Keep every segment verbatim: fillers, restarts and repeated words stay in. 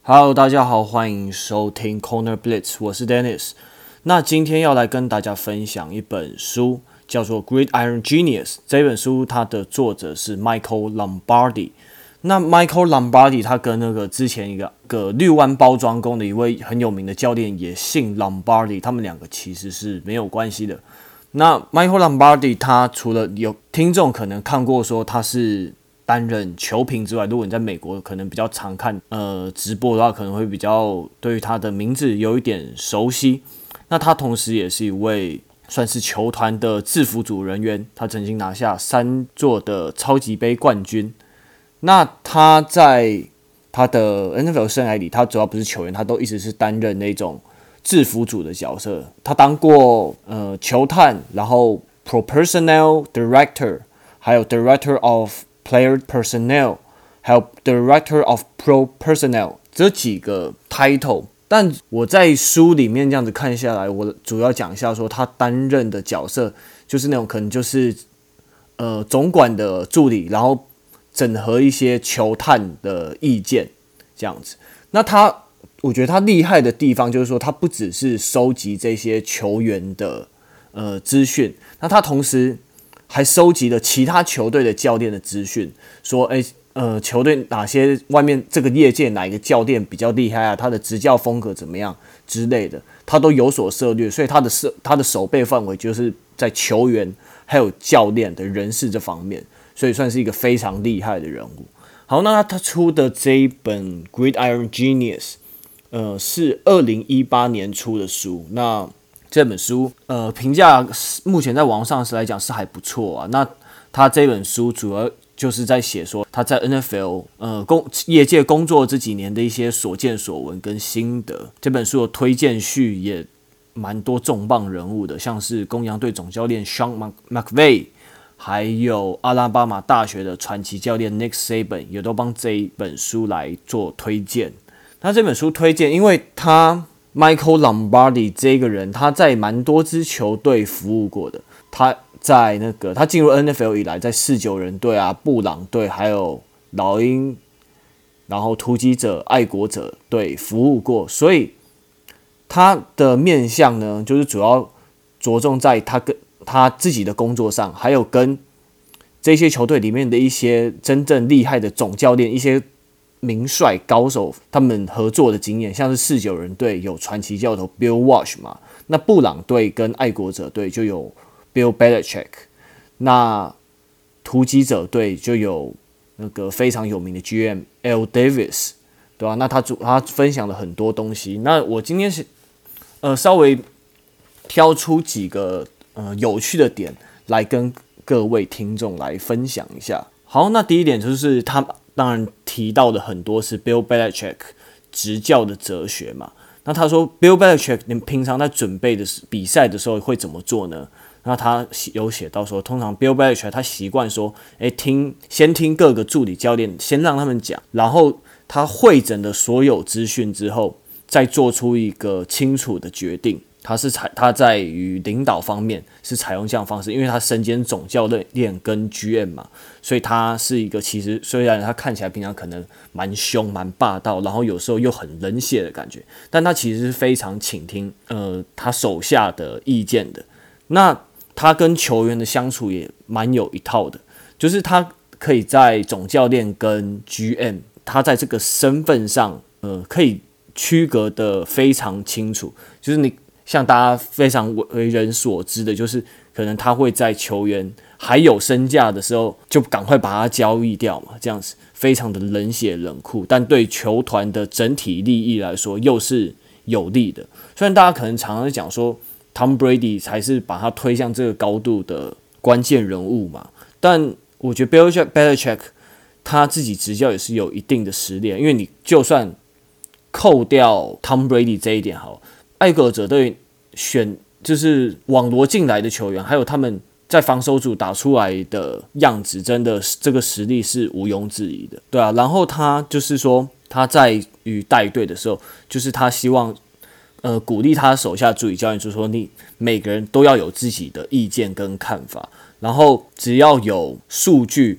Hello，大家好，欢迎收听 Corner Blitz， 我是 Dennis。那今天要来跟大家分享一本书，叫做《Gridiron Genius》。这本书它的作者是 Michael Lombardi。那 Michael Lombardi 他跟那个之前一个个绿湾包装工的一位很有名的教练也姓 Lombardi， 他们两个其实是没有关系的。那 Michael Lombardi 他除了有听众可能看过说他是担任球评之外，如果你在美国可能比较常看呃直播的话，可能会比较对于他的名字有一点熟悉。那他同时也是一位算是球团的制服组人员，他曾经拿下三座的超级杯冠军。那他在他的 N F L 生涯里，他主要不是球员，他都一直是担任那种制服组的角色。他当过呃球探，然后 Pro Personnel Director， 还有 Director of Player Personnel， 还有 Director of Pro Personnel 这几个 title。但我在书里面这样子看下来，我主要讲一下说他担任的角色就是那种可能就是呃总管的助理，然后整合一些球探的意见这样子。那他我觉得他厉害的地方就是说，他不只是收集这些球员的呃资讯，那他同时还收集了其他球队的教练的资讯，说，哎，呃，球队哪些外面这个业界哪一个教练比较厉害啊？他的执教风格怎么样之类的，他都有所涉猎，所以他的手他的守备范围就是在球员还有教练的人事这方面，所以算是一个非常厉害的人物。好，那他出的这一本《Gridiron Genius》，呃，是二零一八年出的书。那这本书，呃，评价目前在网上来讲是还不错啊。那他这本书主要就是在写说他在 N F L 呃工业界工作这几年的一些所见所闻跟心得。这本书的推荐序也蛮多重磅人物的，像是公羊队总教练 Sean McVay， 还有阿拉巴马大学的传奇教练 Nick Saban 也都帮这一本书来做推荐。那这本书推荐，因为他Michael Lombardi 这个人，他在蛮多支球队服务过的。他在那个他进入 N F L 以来，在四九人队啊、布朗队，还有老鹰，然后突击者、爱国者队服务过，所以他的面向呢，就是主要着重在他跟他自己的工作上，还有跟这些球队里面的一些真正厉害的总教练、一些名帅高手他们合作的经验，像是四九人队有传奇教头 Bill Walsh 嘛，那布朗队跟爱国者队就有 Bill Belichick， 那突击者队就有那个非常有名的 G M Al Davis， 对吧？那他他分享了很多东西。那我今天是呃稍微挑出几个呃有趣的点来跟各位听众来分享一下。好，那第一点就是他当然提到的很多是 Bill Belichick 执教的哲学嘛。那他说 Bill Belichick 你平常在准备的比赛的时候会怎么做呢？那他有写到说，通常 Bill Belichick 他习惯说，诶，听先听各个助理教练，先让他们讲，然后他汇整的所有资讯之后，再做出一个清楚的决定。他是采他在于领导方面是采用这样的方式，因为他身兼总教练跟 G M 嘛，所以他是一个其实虽然他看起来平常可能蛮凶蛮霸道，然后有时候又很冷血的感觉，但他其实是非常倾听呃他手下的意见的。那他跟球员的相处也蛮有一套的，就是他可以在总教练跟 G M， 他在这个身份上呃可以区隔的非常清楚，就是你。像大家非常为人所知的，就是可能他会在球员还有身价的时候，就赶快把他交易掉嘛，这样子非常的冷血冷酷，但对球团的整体利益来说又是有利的。虽然大家可能常常讲说 Tom Brady 才是把他推向这个高度的关键人物嘛，但我觉得 Bill Belichick 他自己执教也是有一定的实力，因为你就算扣掉 Tom Brady 这一点好，爱国者队选就是网罗进来的球员，还有他们在防守组打出来的样子，真的这个实力是毋庸置疑的，对啊。然后他就是说他在于带队的时候，就是他希望呃鼓励他手下助理教练，就是说你每个人都要有自己的意见跟看法，然后只要有数据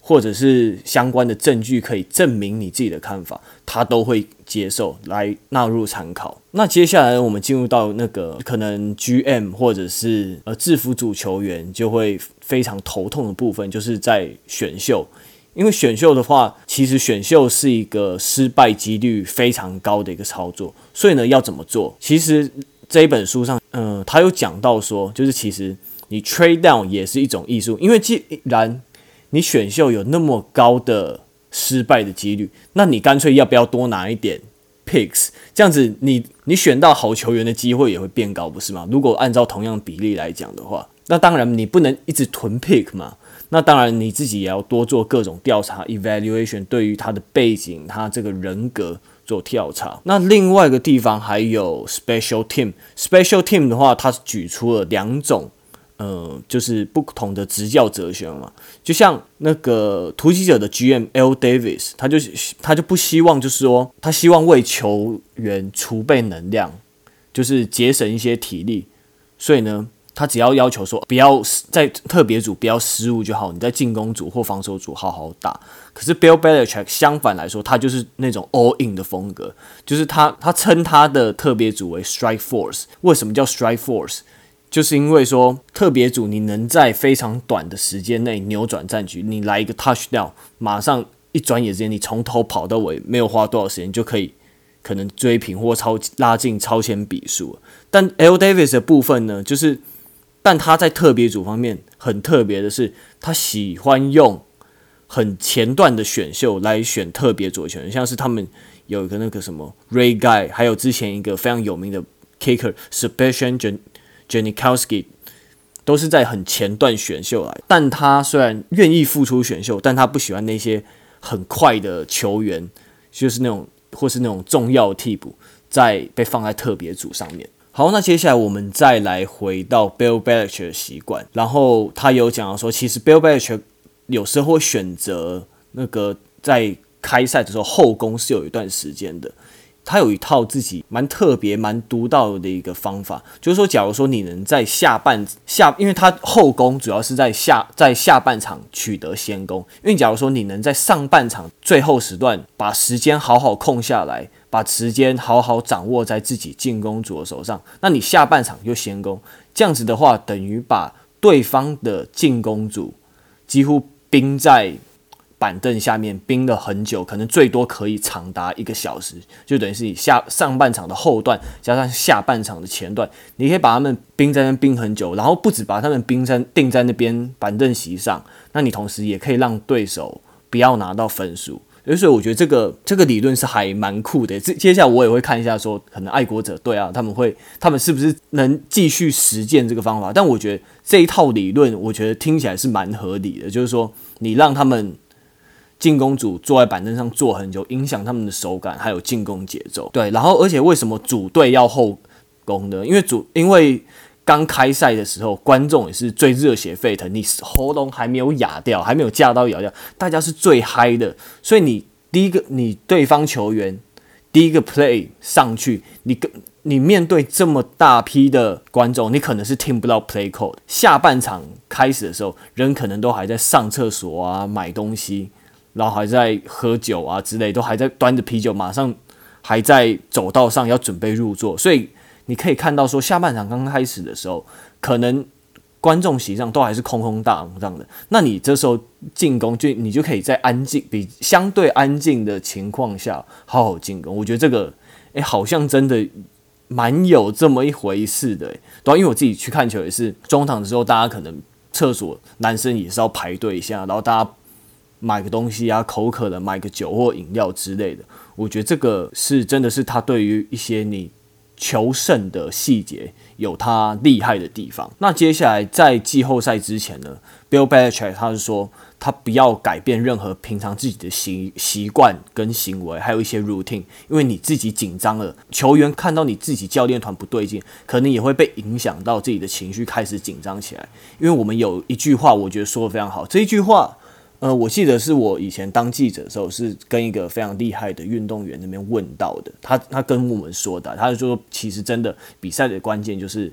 或者是相关的证据可以证明你自己的看法，他都会接受来纳入参考。那接下来我们进入到那个可能 G M 或者是呃制服组球员就会非常头痛的部分，就是在选秀。因为选秀的话，其实选秀是一个失败几率非常高的一个操作，所以呢，要怎么做？其实这一本书上，呃，他有讲到说，就是其实你 trade down 也是一种艺术，因为既然你选秀有那么高的失败的几率，那你干脆要不要多拿一点 picks？ 这样子你，你你选到好球员的机会也会变高，不是吗？如果按照同样比例来讲的话，那当然你不能一直囤 pick 嘛。那当然你自己也要多做各种调查 evaluation， 对于他的背景、他这个人格做调查。那另外一个地方还有 special team，special team 的话，它举出了两种。呃，就是不同的执教哲学嘛，就像那个突击者的 G M L Davis， 他就他就不希望，就是说他希望为球员储备能量，就是节省一些体力，所以呢，他只要要求说不要在特别组不要失误就好，你在进攻组或防守组好好打。可是 Bill Belichick 相反来说，他就是那种 all in 的风格，就是他他称他的特别组为 strike force。为什么叫 strike force？就是因为说特别组你能在非常短的时间内扭转战局，你来一个 touchdown， 马上一转眼之间你从头跑到尾，没有花多少时间就可以可能追平或超拉近超前比数。但 L Davis 的部分呢，就是但他在特别组方面很特别的是，他喜欢用很前段的选秀来选特别组球员，像是他们有一个那个什么 Ray Guy， 还有之前一个非常有名的 kicker Sebastian Janikowski， 都是在很前段选秀来，但他虽然愿意付出选秀，但他不喜欢那些很快的球员，就是那种或是那种重要替补，在被放在特别组上面。好，那接下来我们再来回到 Bill Belichick 的习惯，然后他有讲到说，其实 Bill Belichick 有时候会选择那个在开赛的时候后攻是有一段时间的。他有一套自己蛮特别、蛮独到的一个方法，就是说，假如说你能在下半下，因为他后攻主要是在下在下半场取得先攻，因为假如说你能在上半场最后时段把时间好好控下来，把时间好好掌握在自己进攻组的手上，那你下半场就先攻，这样子的话，等于把对方的进攻组几乎冰在板凳下面冰了很久，可能最多可以长达一个小时，就等于是你下上半场的后段加上下半场的前段，你可以把他们冰在那边冰很久，然后不止把他们冰在定在那边板凳席上，那你同时也可以让对手不要拿到分数。所以我觉得这个这个理论是还蛮酷的。接下来我也会看一下说，可能爱国者队啊，他们会他们是不是能继续实践这个方法？但我觉得这一套理论，我觉得听起来是蛮合理的，就是说你让他们进攻组坐在板凳上坐很久，影响他们的手感还有进攻节奏。对，然后而且为什么主队要后攻呢？因为主因为刚开赛的时候，观众也是最热血沸腾，你喉咙还没有哑掉，还没有架到咬掉，大家是最嗨的。所以你第一个，你对方球员第一个 play 上去，你你面对这么大批的观众，你可能是听不到 play code。下半场开始的时候，人可能都还在上厕所啊、买东西。然后还在喝酒啊之类，都还在端着啤酒，马上还在走道上要准备入座，所以你可以看到说，下半场刚开始的时候，可能观众席上都还是空空荡荡的。那你这时候进攻，就你就可以在安静、比相对安静的情况下好好进攻。我觉得这个，哎，好像真的蛮有这么一回事的。对啊，因为我自己去看球也是，中场的时候大家可能厕所男生也是要排队一下，然后大家买个东西啊，口渴了买个酒或饮料之类的，我觉得这个是真的是他对于一些你求胜的细节有他厉害的地方。那接下来在季后赛之前呢 ，Bill Belichick 他是说他不要改变任何平常自己的习习惯跟行为，还有一些 routine， 因为你自己紧张了，球员看到你自己教练团不对劲，可能也会被影响到自己的情绪，开始紧张起来。因为我们有一句话，我觉得说得非常好，这一句话。呃，我记得是我以前当记者的时候，是跟一个非常厉害的运动员那边问到的。他他跟我们说的，他就说，其实真的比赛的关键就是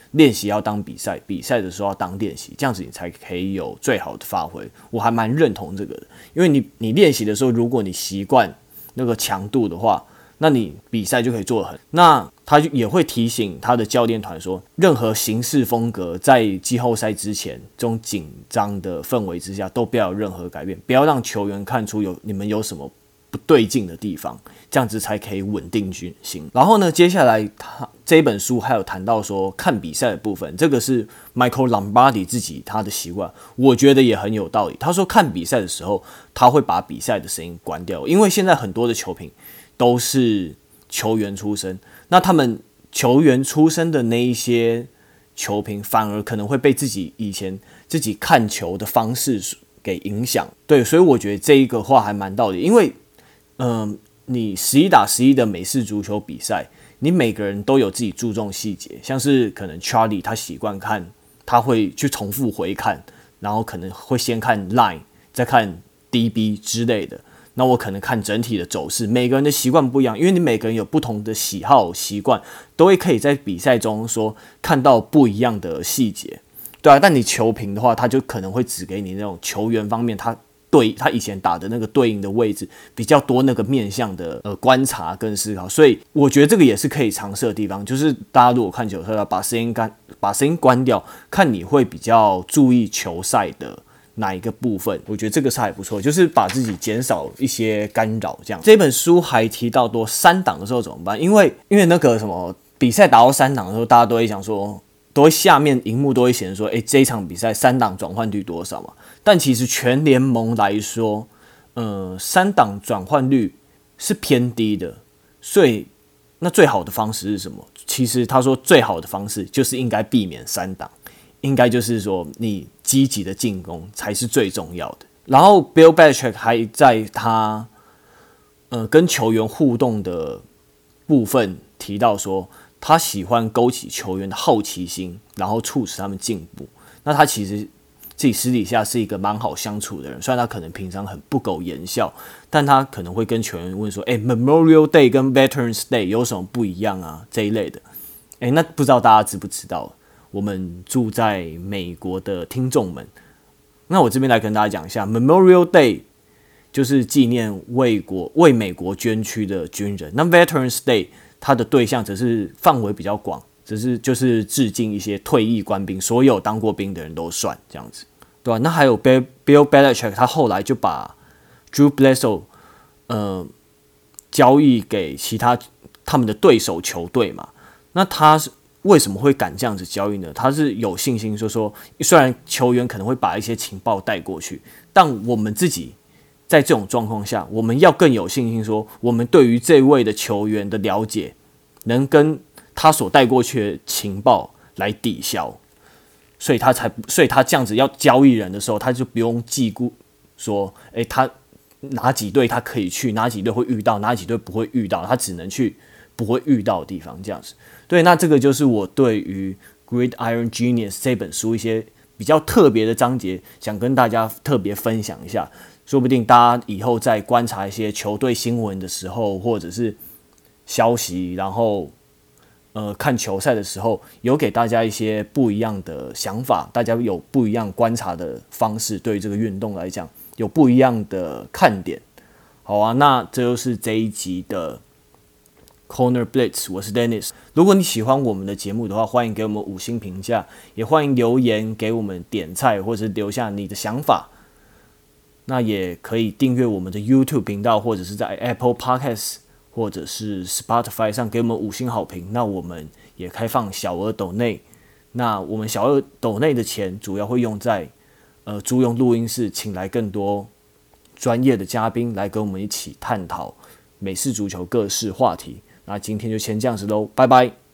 练习要当比赛，比赛的时候要当练习，这样子你才可以有最好的发挥。我还蛮认同这个的，因为你你练习的时候，如果你习惯那个强度的话，那你比赛就可以做得很。那他也会提醒他的教练团说，任何行事风格在季后赛之前这种紧张的氛围之下，都不要有任何改变，不要让球员看出有你们有什么不对劲的地方，这样子才可以稳定军心。然后呢，接下来他这一本书还有谈到说看比赛的部分，这个是 Michael Lombardi 自己他的习惯，我觉得也很有道理。他说看比赛的时候，他会把比赛的声音关掉，因为现在很多的球评都是球员出身，那他们球员出身的那一些球评，反而可能会被自己以前自己看球的方式给影响。对，所以我觉得这一个话还蛮道理，因为，嗯、呃，你十一打十一的美式足球比赛，你每个人都有自己注重细节，像是可能 Charlie 他习惯看，他会去重复回看，然后可能会先看 line， 再看 D B 之类的。那我可能看整体的走势，每个人的习惯不一样，因为你每个人有不同的喜好习惯，都会可以在比赛中说看到不一样的细节，对啊。但你球评的话，他就可能会只给你那种球员方面，他对他以前打的那个对应的位置比较多那个面向的呃观察跟思考，所以我觉得这个也是可以尝试的地方，就是大家如果看球赛，把声音关把声音关掉，看你会比较注意球赛的哪一个部分，我觉得这个是还不错，就是把自己减少一些干扰。这样，这本书还提到多三档的时候怎么办？因为因为那个什么比赛打到三档的时候，大家都会想说，都会下面荧幕都会显示说，哎，这一场比赛三档转换率多少嘛？但其实全联盟来说，呃，三档转换率是偏低的，所以那最好的方式是什么？其实他说最好的方式就是应该避免三档。应该就是说，你积极的进攻才是最重要的。然后 Bill Belichick 还在他呃跟球员互动的部分提到说，他喜欢勾起球员的好奇心，然后促使他们进步。那他其实自己私底下是一个蛮好相处的人，虽然他可能平常很不苟言笑，但他可能会跟球员问说：“哎、欸、，Memorial Day 跟 Veterans Day 有什么不一样啊？”这一类的。哎、欸，那不知道大家知不知道？我们住在美国的听众们，那我这边来跟大家讲一下 ，Memorial Day 就是纪念为国为美国捐躯的军人。那 Veterans Day 它的对象则是范围比较广，只是就是致敬一些退役官兵，所有当过兵的人都算这样子，对吧、啊？那还有 Bill Belichick， 他后来就把 Drew Bledsoe 呃交易给其他他们的对手球队嘛，那他是。为什么会敢这样子交易呢？他是有信心说说，虽然球员可能会把一些情报带过去，但我们自己在这种状况下，我们要更有信心说，我们对于这位的球员的了解，能跟他所带过去的情报来抵消，所以他才，所以他这样子要交易人的时候，他就不用记顾说，诶，他哪几队他可以去，哪几队会遇到，哪几队不会遇到，他只能去不会遇到的地方，这样子。对，那这个就是我对于《Gridiron Genius》这本书一些比较特别的章节，想跟大家特别分享一下。说不定大家以后在观察一些球队新闻的时候，或者是消息，然后呃看球赛的时候，有给大家一些不一样的想法，大家有不一样观察的方式，对于这个运动来讲有不一样的看点。好啊，那这就是这一集的Corner Blitz， 我是 Dennis。如果你喜欢我们的节目的话，欢迎给我们五星评价，也欢迎留言给我们点菜，或者是留下你的想法。那也可以订阅我们的 YouTube 频道，或者是在 Apple Podcast 或者是 Spotify 上给我们五星好评。那我们也开放小额抖内，那我们小额抖内的钱主要会用在呃租用录音室，请来更多专业的嘉宾来跟我们一起探讨美式足球各式话题。那今天就先这样子喽，拜拜。